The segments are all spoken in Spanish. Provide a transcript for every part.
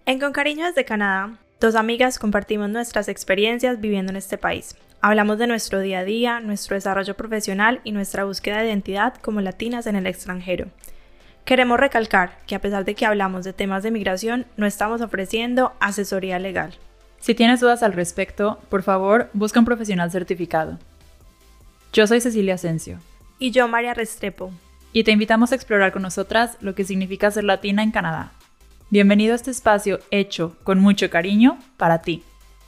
En Con Cariño desde Canadá, dos amigas compartimos nuestras experiencias viviendo en este país. Hablamos de nuestro día a día, nuestro desarrollo profesional y nuestra búsqueda de identidad como latinas en el extranjero. Queremos recalcar que a pesar de que hablamos de temas de migración, no estamos ofreciendo asesoría legal. Si tienes dudas al respecto, por favor, busca un profesional certificado. Yo soy Cecilia Asensio. Y yo, María Restrepo. Y te invitamos a explorar con nosotras lo que significa ser latina en Canadá. Bienvenido a este espacio hecho con mucho cariño para ti.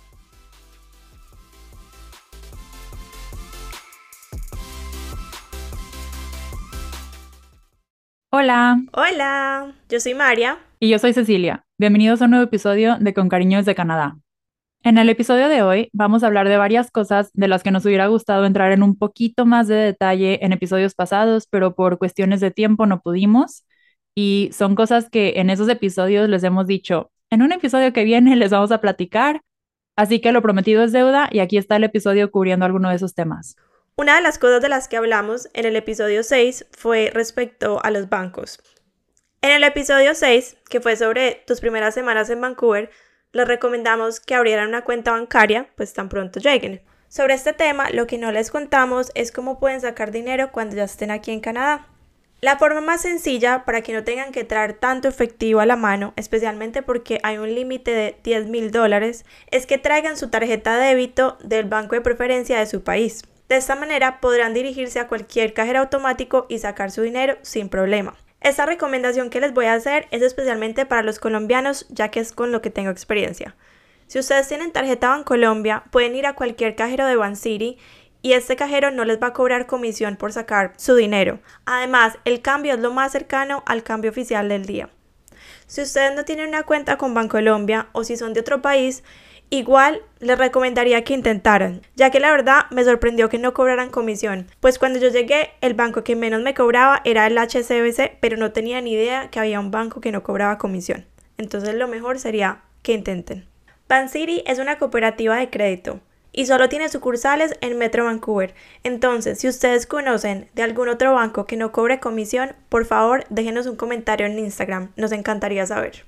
Hola. Hola, yo soy María. Y yo soy Cecilia. Bienvenidos a un nuevo episodio de Con Cariño desde Canadá. En el episodio de hoy vamos a hablar de varias cosas de las que nos hubiera gustado entrar en un poquito más de detalle en episodios pasados, pero por cuestiones de tiempo no pudimos. Y son cosas que en esos episodios les hemos dicho, en un episodio que viene les vamos a platicar, así que lo prometido es deuda y aquí está el episodio cubriendo alguno de esos temas. Una de las cosas de las que hablamos en el episodio 6 fue respecto a los bancos. En el episodio 6, que fue sobre tus primeras semanas en Vancouver, les recomendamos que abrieran una cuenta bancaria, pues tan pronto lleguen. Sobre este tema, lo que no les contamos es cómo pueden sacar dinero cuando ya estén aquí en Canadá. La forma más sencilla para que no tengan que traer tanto efectivo a la mano, especialmente porque hay un límite de $10,000, es que traigan su tarjeta de débito del banco de preferencia de su país. De esta manera podrán dirigirse a cualquier cajero automático y sacar su dinero sin problema. Esta recomendación que les voy a hacer es especialmente para los colombianos, ya que es con lo que tengo experiencia. Si ustedes tienen tarjeta Bancolombia, pueden ir a cualquier cajero de Vancity y este cajero no les va a cobrar comisión por sacar su dinero. Además, el cambio es lo más cercano al cambio oficial del día. Si ustedes no tienen una cuenta con Bancolombia o si son de otro país, igual les recomendaría que intentaran, ya que la verdad me sorprendió que no cobraran comisión, pues cuando yo llegué el banco que menos me cobraba era el HSBC, pero no tenía ni idea que había un banco que no cobraba comisión. Entonces lo mejor sería que intenten. Vancity es una cooperativa de crédito y solo tiene sucursales en Metro Vancouver. Entonces, si ustedes conocen de algún otro banco que no cobre comisión, por favor déjenos un comentario en Instagram, nos encantaría saber.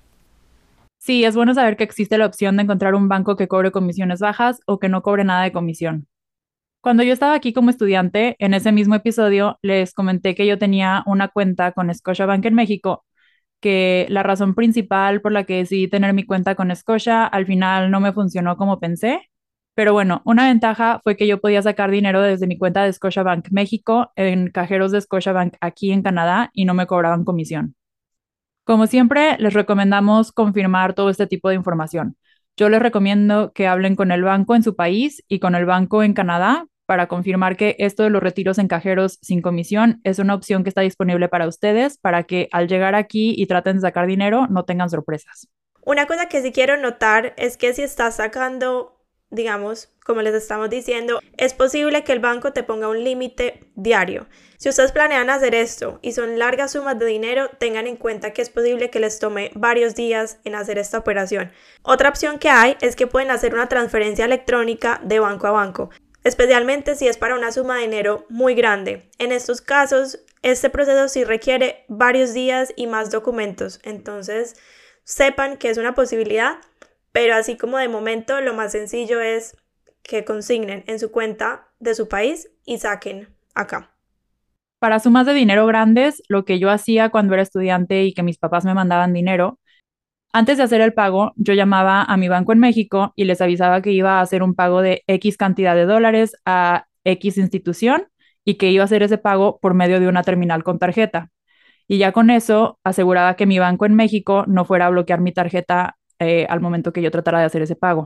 Sí, es bueno saber que existe la opción de encontrar un banco que cobre comisiones bajas o que no cobre nada de comisión. Cuando yo estaba aquí como estudiante, en ese mismo episodio les comenté que yo tenía una cuenta con Scotiabank en México, que la razón principal por la que decidí tener mi cuenta con Scotia al final no me funcionó como pensé. Pero bueno, una ventaja fue que yo podía sacar dinero desde mi cuenta de Scotiabank México en cajeros de Scotiabank aquí en Canadá y no me cobraban comisión. Como siempre, les recomendamos confirmar todo este tipo de información. Yo les recomiendo que hablen con el banco en su país y con el banco en Canadá para confirmar que esto de los retiros en cajeros sin comisión es una opción que está disponible para ustedes, para que al llegar aquí y traten de sacar dinero no tengan sorpresas. Una cosa que sí quiero notar es que si estás sacando, digamos, como les estamos diciendo, es posible que el banco te ponga un límite diario. Si ustedes planean hacer esto y son largas sumas de dinero, tengan en cuenta que es posible que les tome varios días en hacer esta operación. Otra opción que hay es que pueden hacer una transferencia electrónica de banco a banco, especialmente si es para una suma de dinero muy grande. En estos casos, este proceso sí requiere varios días y más documentos, entonces sepan que es una posibilidad, pero así como de momento lo más sencillo es que consignen en su cuenta de su país y saquen acá. Para sumas de dinero grandes, lo que yo hacía cuando era estudiante y que mis papás me mandaban dinero, antes de hacer el pago, yo llamaba a mi banco en México y les avisaba que iba a hacer un pago de X cantidad de dólares a X institución y que iba a hacer ese pago por medio de una terminal con tarjeta. Y ya con eso aseguraba que mi banco en México no fuera a bloquear mi tarjeta al momento que yo tratara de hacer ese pago.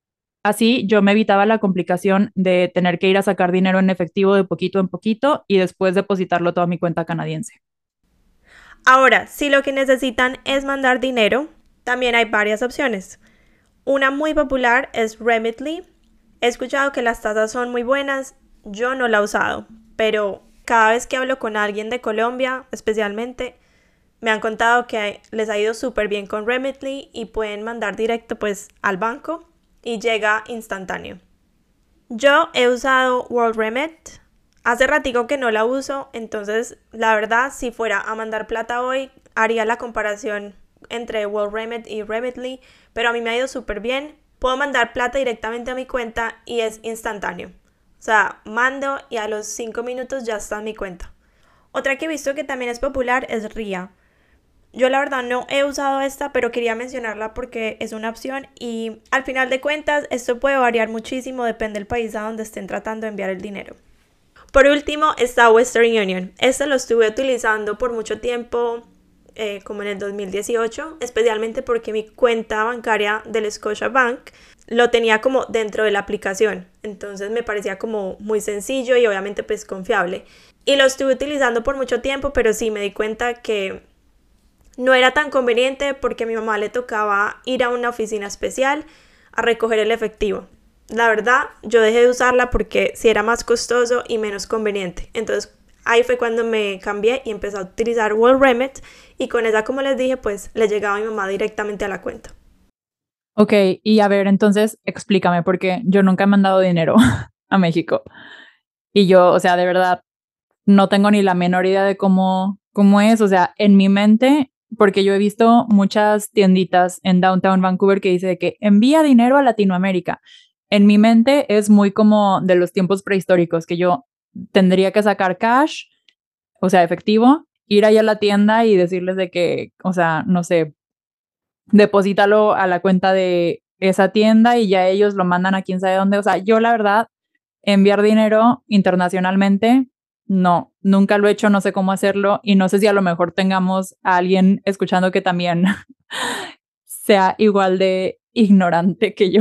Así yo me evitaba la complicación de tener que ir a sacar dinero en efectivo de poquito en poquito y después depositarlo todo a mi cuenta canadiense. Ahora, si lo que necesitan es mandar dinero, también hay varias opciones. Una muy popular es Remitly. He escuchado que las tasas son muy buenas, yo no la he usado, pero cada vez que hablo con alguien de Colombia, especialmente, me han contado que les ha ido súper bien con Remitly y pueden mandar directo pues al banco y llega instantáneo. Yo he usado WorldRemit. Hace ratico que no la uso, entonces la verdad si fuera a mandar plata hoy haría la comparación entre WorldRemit y Remitly, pero a mí me ha ido súper bien. Puedo mandar plata directamente a mi cuenta y es instantáneo. O sea, mando y a los 5 minutos ya está en mi cuenta. Otra que he visto que también es popular es RIA. Yo la verdad no he usado esta, pero quería mencionarla porque es una opción y al final de cuentas esto puede variar muchísimo, depende del país a donde estén tratando de enviar el dinero. Por último está Western Union. Este lo estuve utilizando por mucho tiempo, como en el 2018, especialmente porque mi cuenta bancaria del Scotiabank lo tenía como dentro de la aplicación. Entonces me parecía como muy sencillo y obviamente pues confiable. Y lo estuve utilizando por mucho tiempo, pero sí me di cuenta que no era tan conveniente porque a mi mamá le tocaba ir a una oficina especial a recoger el efectivo. La verdad, yo dejé de usarla porque sí era más costoso y menos conveniente. Entonces, ahí fue cuando me cambié y empecé a utilizar WorldRemit y con esa, como les dije, pues le llegaba a mi mamá directamente a la cuenta. Ok, y a ver, entonces explícame, porque yo nunca he mandado dinero a México. Y yo, o sea, de verdad, no tengo ni la menor idea de cómo es. O sea, en mi mente, porque yo he visto muchas tienditas en Downtown Vancouver que dice de que envía dinero a Latinoamérica. En mi mente es muy como de los tiempos prehistóricos, que yo tendría que sacar cash, o sea, efectivo, ir allá a la tienda y decirles de que, o sea, no sé, deposítalo a la cuenta de esa tienda y ya ellos lo mandan a quién sabe dónde. O sea, yo la verdad, enviar dinero internacionalmente, no, nunca lo he hecho, no sé cómo hacerlo y no sé si a lo mejor tengamos a alguien escuchando que también sea igual de ignorante que yo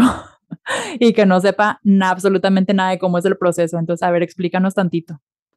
y que no sepa absolutamente nada de cómo es el proceso. Entonces, a ver, explícanos tantito.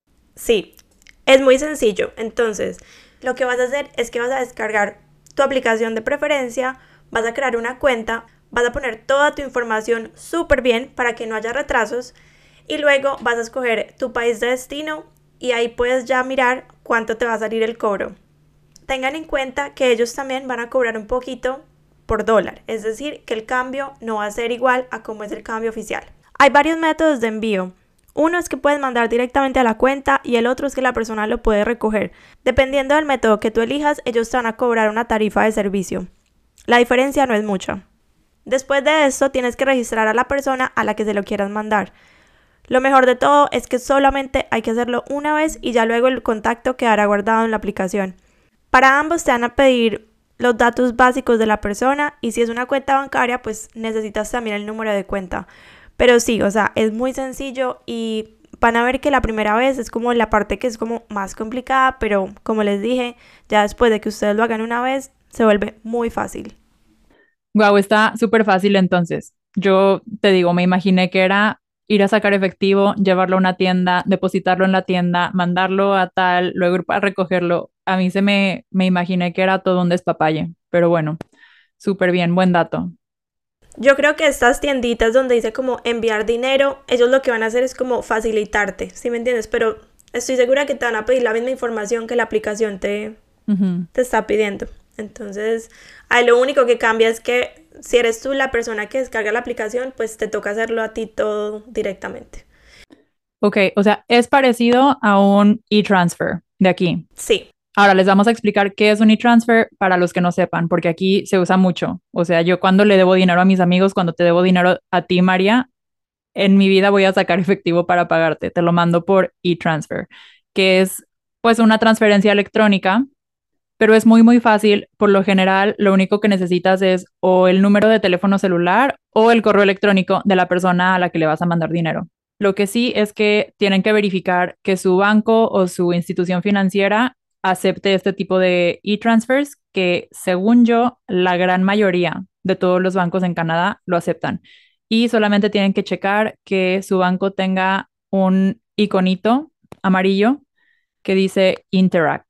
Sí, es muy sencillo. Entonces, lo que vas a hacer es que vas a descargar tu aplicación de preferencia, vas a crear una cuenta, vas a poner toda tu información súper bien para que no haya retrasos y luego vas a escoger tu país de destino y ahí puedes ya mirar cuánto te va a salir el cobro. Tengan en cuenta que ellos también van a cobrar un poquito por dólar, es decir, que el cambio no va a ser igual a como es el cambio oficial. Hay varios métodos de envío. Uno es que puedes mandar directamente a la cuenta y el otro es que la persona lo puede recoger. Dependiendo del método que tú elijas, ellos te van a cobrar una tarifa de servicio. La diferencia no es mucha. Después de esto, tienes que registrar a la persona a la que se lo quieras mandar. Lo mejor de todo es que solamente hay que hacerlo una vez y ya luego el contacto quedará guardado en la aplicación. Para ambos te van a pedir los datos básicos de la persona y si es una cuenta bancaria, pues necesitas también el número de cuenta. Pero sí, o sea, es muy sencillo y van a ver que la primera vez es como la parte que es como más complicada, pero como les dije, ya después de que ustedes lo hagan una vez, se vuelve muy fácil. Wow, está súper fácil entonces. Yo te digo, me imaginé que era ir a sacar efectivo, llevarlo a una tienda, depositarlo en la tienda, mandarlo a tal, luego ir para recogerlo. A mí me imaginé que era todo un despapalle, pero bueno, súper bien, buen dato. Yo creo que estas tienditas donde dice como enviar dinero, ellos lo que van a hacer es como facilitarte, ¿sí me entiendes? Pero estoy segura que te van a pedir la misma información que la aplicación Ujú. te está pidiendo. Entonces, ahí lo único que cambia es que si eres tú la persona que descarga la aplicación, pues te toca hacerlo a ti todo directamente. Ok, o sea, es parecido a un e-transfer de aquí. Sí, Ahora les vamos a explicar qué es un e-transfer para los que no sepan, porque aquí se usa mucho. O sea, yo cuando le debo dinero a mis amigos, cuando te debo dinero a ti, María, en mi vida voy a sacar efectivo para pagarte. Te lo mando por e-transfer, que es pues una transferencia electrónica, pero es muy fácil. Por lo general, lo único que necesitas es o el número de teléfono celular o el correo electrónico de la persona a la que le vas a mandar dinero. Lo que sí es que tienen que verificar que su banco o su institución financiera acepte este tipo de e-transfers, que según yo, la gran mayoría de todos los bancos en Canadá lo aceptan. Y solamente tienen que checar que su banco tenga un iconito amarillo que dice Interac.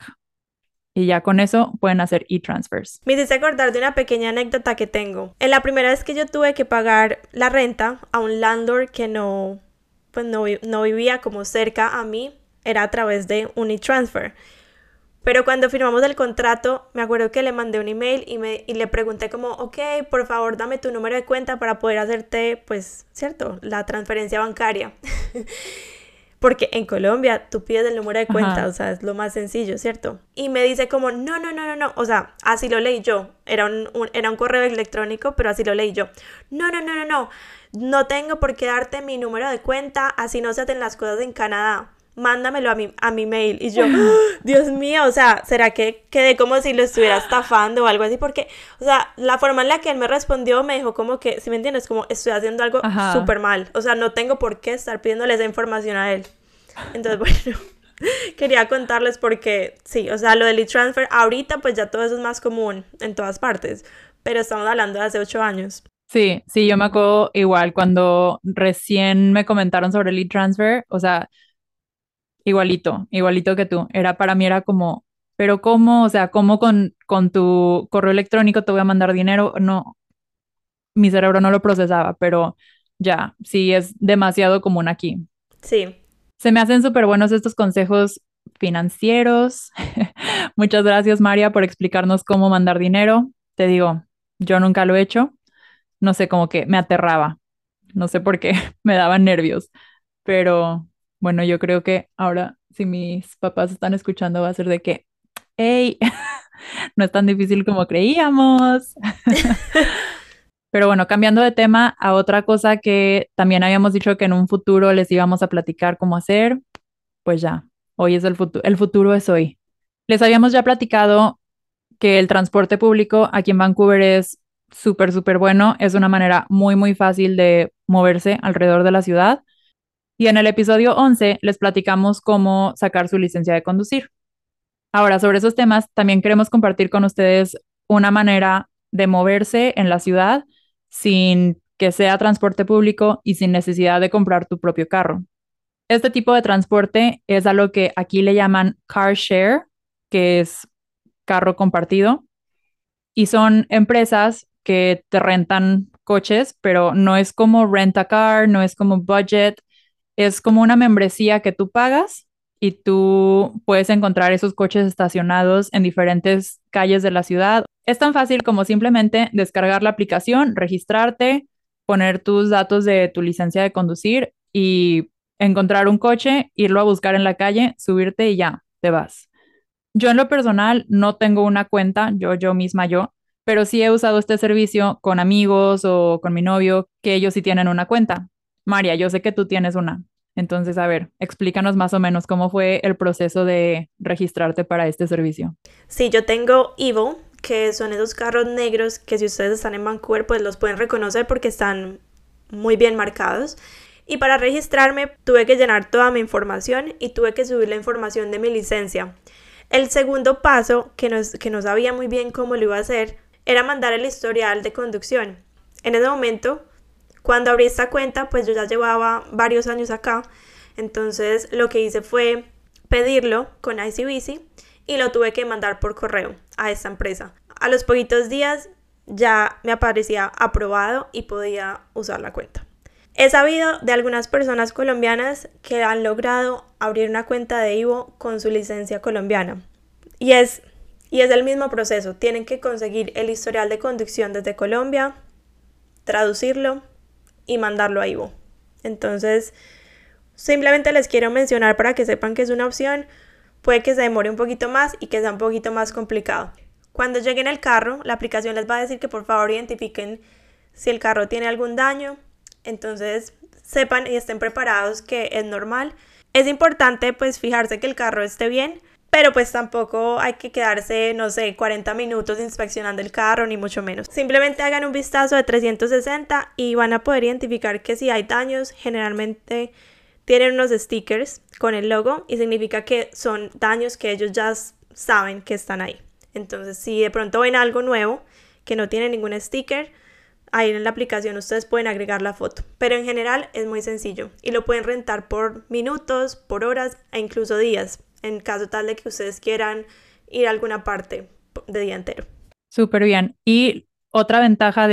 Y ya con eso pueden hacer e-transfers. me hiciste acordar de una pequeña anécdota que tengo. En la primera vez que yo tuve que pagar la renta a un landlord que no, pues no vivía como cerca a mí, era a través de un e-transfer. Pero cuando firmamos el contrato, me acuerdo que le mandé un email y le pregunté como, ok, por favor dame tu número de cuenta para poder hacerte, pues, cierto, la transferencia bancaria. Porque en Colombia tú pides el número de cuenta, Ajá. o sea, es lo más sencillo, ¿cierto? Y me dice como, no, no, no, no, no, o sea, así lo leí yo. Era un correo electrónico, pero así lo leí yo. No, no, no, no, no. No tengo por qué darte mi número de cuenta, así no se hacen las cosas en Canadá. Mándamelo a mi mail. Y yo, ¡oh, Dios mío! O sea, ¿será que quedé como si lo estuviera estafando o algo así? Porque, o sea, la forma en la que él me respondió me dijo como que, si me entiendes, como estoy haciendo algo Ajá. súper mal. O sea, no tengo por qué estar pidiéndole esa información a él. Entonces, bueno, quería contarles porque, sí, o sea, lo del e-transfer, ahorita pues ya todo eso es más común en todas partes. Pero estamos hablando de hace 8 años. Sí, sí, yo me acuerdo igual cuando recién me comentaron sobre el e-transfer, o sea, igualito, igualito que tú. Para mí era como, pero ¿cómo? O sea, ¿cómo con tu correo electrónico te voy a mandar dinero? No, mi cerebro no lo procesaba, pero ya, sí es demasiado común aquí. Sí, Se me hacen súper buenos estos consejos financieros. Muchas gracias, María, por explicarnos cómo mandar dinero. Te digo, yo nunca lo he hecho. No sé, como que me aterraba. No sé por qué, me daban nervios. Pero bueno, yo creo que ahora, si mis papás están escuchando, va a ser de que, hey, no es tan difícil como creíamos. Pero bueno, cambiando de tema a otra cosa que también habíamos dicho que en un futuro les íbamos a platicar cómo hacer, pues ya, hoy es el futuro es hoy. Les habíamos ya platicado que el transporte público aquí en Vancouver es súper, súper bueno. Es una manera muy, muy fácil de moverse alrededor de la ciudad. Y en el episodio 11 les platicamos cómo sacar su licencia de conducir. Ahora, sobre esos temas, también queremos compartir con ustedes una manera de moverse en la ciudad sin que sea transporte público y sin necesidad de comprar tu propio carro. Este tipo de transporte es a lo que aquí le llaman car share, que es carro compartido, y son empresas que te rentan coches, pero no es como rent a car, no es como budget, es como una membresía que tú pagas y tú puedes encontrar esos coches estacionados en diferentes calles de la ciudad. Es tan fácil como simplemente descargar la aplicación, registrarte, poner tus datos de tu licencia de conducir y encontrar un coche, irlo a buscar en la calle, subirte y ya, te vas. Yo en lo personal no tengo una cuenta, yo misma yo, pero sí he usado este servicio con amigos o con mi novio que ellos sí tienen una cuenta. María, yo sé que tú tienes una. Entonces, a ver, explícanos más o menos cómo fue el proceso de registrarte para este servicio. sí, yo tengo Evo, que son esos carros negros que si ustedes están en Vancouver, pues los pueden reconocer porque están muy bien marcados. Y para registrarme tuve que llenar toda mi información y tuve que subir la información de mi licencia. El segundo paso, que no sabía muy bien cómo lo iba a hacer, era mandar el historial de conducción. En ese momento, cuando abrí esta cuenta, pues yo ya llevaba varios años acá, entonces lo que hice fue pedirlo con ICBC y lo tuve que mandar por correo a esta empresa. A los poquitos días ya me aparecía aprobado y podía usar la cuenta. He sabido de algunas personas colombianas que han logrado abrir una cuenta de Ivo con su licencia colombiana. Y es, y es el mismo proceso. Tienen que conseguir el historial de conducción desde Colombia, traducirlo y mandarlo a Ivo. Entonces, simplemente les quiero mencionar para que sepan que es una opción. Puede que se demore un poquito más y que sea un poquito más complicado. Cuando lleguen al carro, la aplicación les va a decir que por favor identifiquen si el carro tiene algún daño. Entonces sepan y estén preparados que es normal. Es importante pues fijarse que el carro esté bien, pero pues tampoco hay que quedarse, no sé, 40 minutos inspeccionando el carro, ni mucho menos. Simplemente hagan un vistazo de 360 y van a poder identificar que si hay daños, generalmente tienen unos stickers con el logo y significa que son daños que ellos ya saben que están ahí. Entonces, si de pronto ven algo nuevo que no tiene ningún sticker, ahí en la aplicación ustedes pueden agregar la foto. Pero en general es muy sencillo y lo pueden rentar por minutos, por horas e incluso días, en caso tal de que ustedes quieran ir a alguna parte de día entero. Súper bien. Y otra ventaja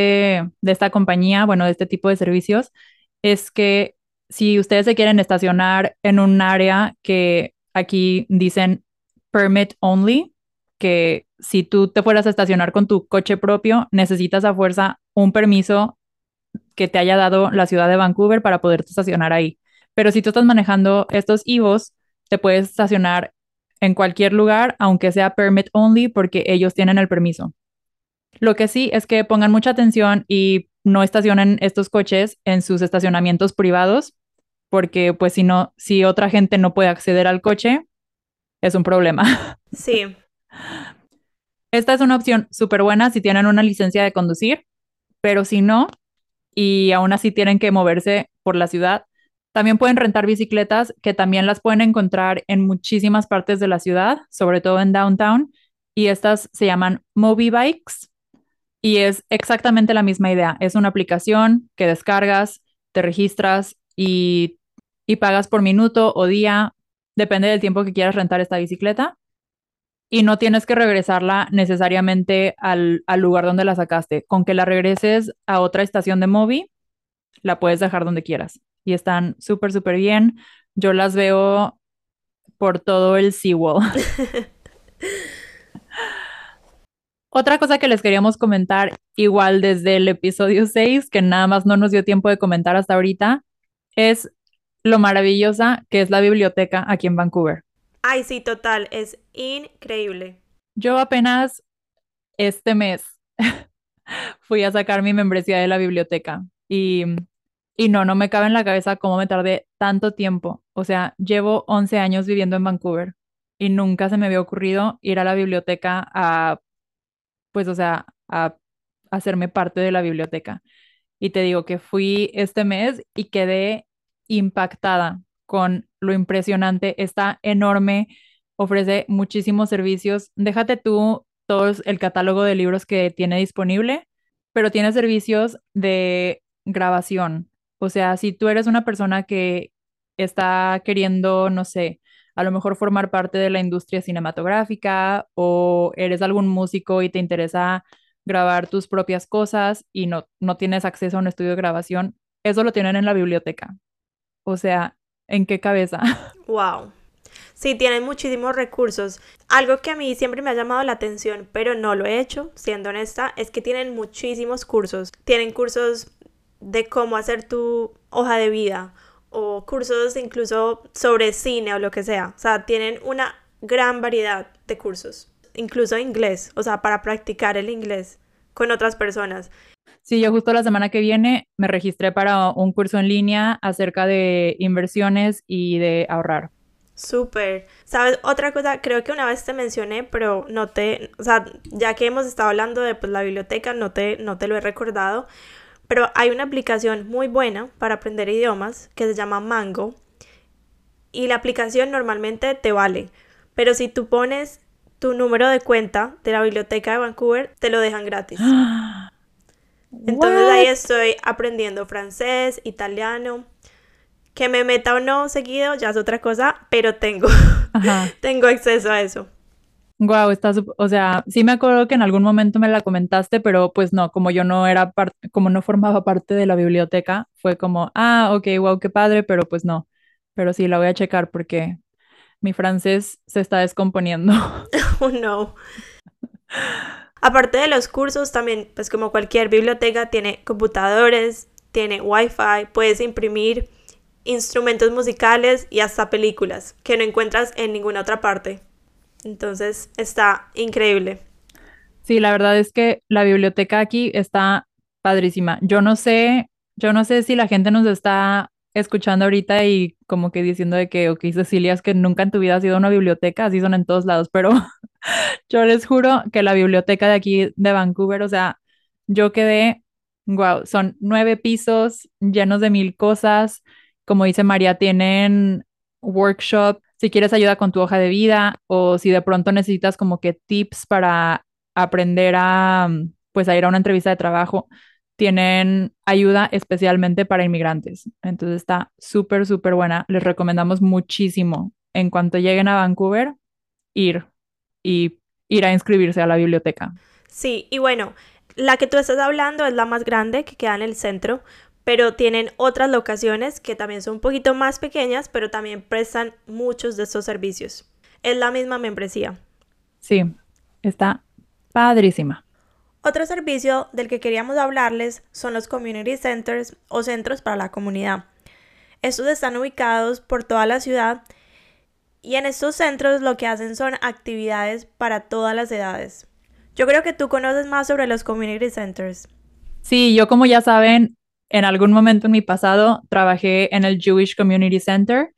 de esta compañía, bueno, de este tipo de servicios, es que si ustedes se quieren estacionar en un área que aquí dicen permit only, que si tú te fueras a estacionar con tu coche propio, necesitas a fuerza un permiso que te haya dado la ciudad de Vancouver para poderte estacionar ahí. Pero si tú estás manejando estos EVOs, te puedes estacionar en cualquier lugar, aunque sea permit only, porque ellos tienen el permiso. Lo que sí es que pongan mucha atención y no estacionen estos coches en sus estacionamientos privados, porque pues si no, si otra gente no puede acceder al coche, es un problema. Sí, Esta es una opción súper buena si tienen una licencia de conducir, pero si no, y aún así tienen que moverse por la ciudad, también pueden rentar bicicletas que también las pueden encontrar en muchísimas partes de la ciudad, sobre todo en downtown, y estas se llaman Mobi Bikes y es exactamente la misma idea. Es una aplicación que descargas, te registras y pagas por minuto o día, depende del tiempo que quieras rentar esta bicicleta y no tienes que regresarla necesariamente al lugar donde la sacaste. Con que la regreses a otra estación de Mobi, la puedes dejar donde quieras. Y están súper, súper bien. Yo las veo por todo el SeaWorld. Otra cosa que les queríamos comentar, igual desde el episodio 6 que nada más no nos dio tiempo de comentar hasta ahorita, es lo maravillosa que es la biblioteca aquí en Vancouver. ay, sí, total, es increíble. Yo apenas este mes fui a sacar mi membresía de la biblioteca y no me cabe en la cabeza cómo me tardé tanto tiempo. O sea, llevo 11 años viviendo en Vancouver y nunca se me había ocurrido ir a la biblioteca a, pues, o sea, a hacerme parte de la biblioteca. Y te digo que fui este mes y quedé impactada con lo impresionante. Está enorme, ofrece muchísimos servicios. Déjate tú todo el catálogo de libros que tiene disponible, pero tiene servicios de grabación. O sea, si tú eres una persona que está queriendo, no sé, a lo mejor formar parte de la industria cinematográfica o eres algún músico y te interesa grabar tus propias cosas y no tienes acceso a un estudio de grabación, eso lo tienen en la biblioteca. O sea, ¿en qué cabeza? Wow. Sí, tienen muchísimos recursos. Algo que a mí siempre me ha llamado la atención, pero no lo he hecho, siendo honesta, es que tienen muchísimos cursos. Tienen cursos de cómo hacer tu hoja de vida o cursos incluso sobre cine o lo que sea. O sea, tienen una gran variedad de cursos, incluso inglés, o sea, para practicar el inglés con otras personas. Sí, yo justo la semana que viene me registré para un curso en línea acerca de inversiones y de ahorrar. Súper. ¿Sabes? Otra cosa, creo que una vez te mencioné, pero no te, o sea, ya que hemos estado hablando de pues, la biblioteca, no te lo he recordado, pero hay una aplicación muy buena para aprender idiomas que se llama Mango y la aplicación normalmente te vale, pero si tú pones tu número de cuenta de la biblioteca de Vancouver, te lo dejan gratis. Entonces ahí What? estoy aprendiendo francés, italiano. Que me meta o no seguido ya es otra cosa, pero tengo, Ajá. tengo acceso a eso. Wow, o sea, sí me acuerdo que en algún momento me la comentaste, pero pues no, como yo no era parte, como no formaba parte de la biblioteca, fue como, ah, ok, wow, qué padre, pero pues no. Pero sí, la voy a checar porque mi francés se está descomponiendo. Oh no. Aparte de los cursos, también, pues como cualquier biblioteca, tiene computadores, tiene wifi, puedes imprimir instrumentos musicales y hasta películas que no encuentras en ninguna otra parte. Entonces está increíble. Sí, la verdad es que la biblioteca aquí está padrísima. Yo no sé si la gente nos está escuchando ahorita y como que diciendo de que, ok, Cecilia, es que nunca en tu vida has ido a una biblioteca, así son en todos lados, pero yo les juro que la biblioteca de aquí de Vancouver, o sea, yo quedé, wow, son 9 pisos llenos de mil cosas. Como dice María, tienen workshop si quieres ayuda con tu hoja de vida o si de pronto necesitas como que tips para aprender pues a ir a una entrevista de trabajo. Tienen ayuda especialmente para inmigrantes. Entonces está súper, súper buena. Les recomendamos muchísimo en cuanto lleguen a Vancouver ir y ir a inscribirse a la biblioteca. Sí, y bueno, la que tú estás hablando es la más grande que queda en el centro, pero tienen otras locaciones que también son un poquito más pequeñas, pero también prestan muchos de estos servicios. Es la misma membresía. Sí, está padrísima. Otro servicio del que queríamos hablarles son los community centers o centros para la comunidad. Estos están ubicados por toda la ciudad y en estos centros lo que hacen son actividades para todas las edades. Yo creo que tú conoces más sobre los community centers. Sí, yo como ya saben, en algún momento en mi pasado trabajé en el Jewish Community Center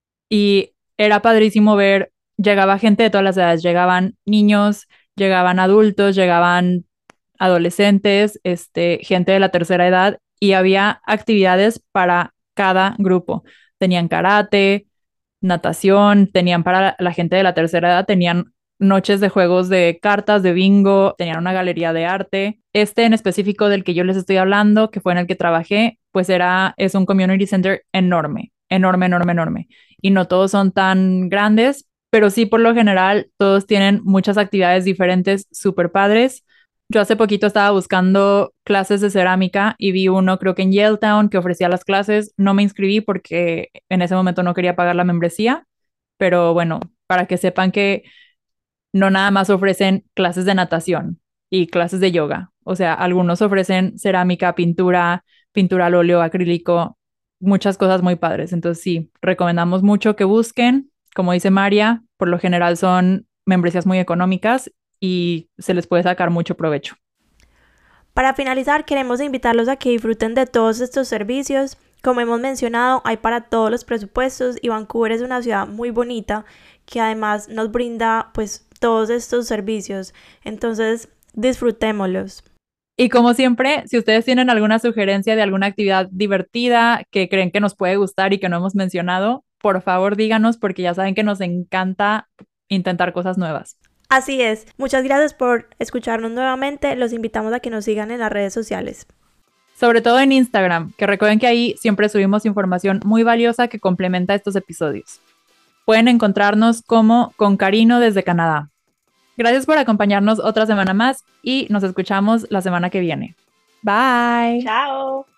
y era padrísimo ver, llegaba gente de todas las edades, llegaban niños, llegaban adultos, llegaban adolescentes, gente de la tercera edad y había actividades para cada grupo. Tenían karate, natación, tenían para la gente de la tercera edad, tenían noches de juegos de cartas, de bingo, tenían una galería de arte. Este en específico del que yo les estoy hablando, que fue en el que trabajé, pues es un community center enorme, enorme, enorme, enorme. Y no todos son tan grandes, pero sí por lo general todos tienen muchas actividades diferentes, súper padres. Yo hace poquito estaba buscando clases de cerámica y vi uno, creo que en Yaletown, que ofrecía las clases. No me inscribí porque en ese momento no quería pagar la membresía, pero bueno, para que sepan que no nada más ofrecen clases de natación y clases de yoga. O sea, algunos ofrecen cerámica, pintura, pintura al óleo, acrílico, muchas cosas muy padres. Entonces sí, recomendamos mucho que busquen. Como dice María, por lo general son membresías muy económicas y se les puede sacar mucho provecho. Para finalizar, queremos invitarlos a que disfruten de todos estos servicios. Como hemos mencionado, hay para todos los presupuestos y Vancouver es una ciudad muy bonita que además nos brinda pues todos estos servicios. Entonces, disfrutémoslos. Y como siempre, si ustedes tienen alguna sugerencia de alguna actividad divertida que creen que nos puede gustar y que no hemos mencionado, por favor díganos porque ya saben que nos encanta intentar cosas nuevas. Así es. Muchas gracias por escucharnos nuevamente. Los invitamos a que nos sigan en las redes sociales. Sobre todo en Instagram, que recuerden que ahí siempre subimos información muy valiosa que complementa estos episodios. Pueden encontrarnos como Con Carino desde Canadá. Gracias por acompañarnos otra semana más y nos escuchamos la semana que viene. Bye. Chao.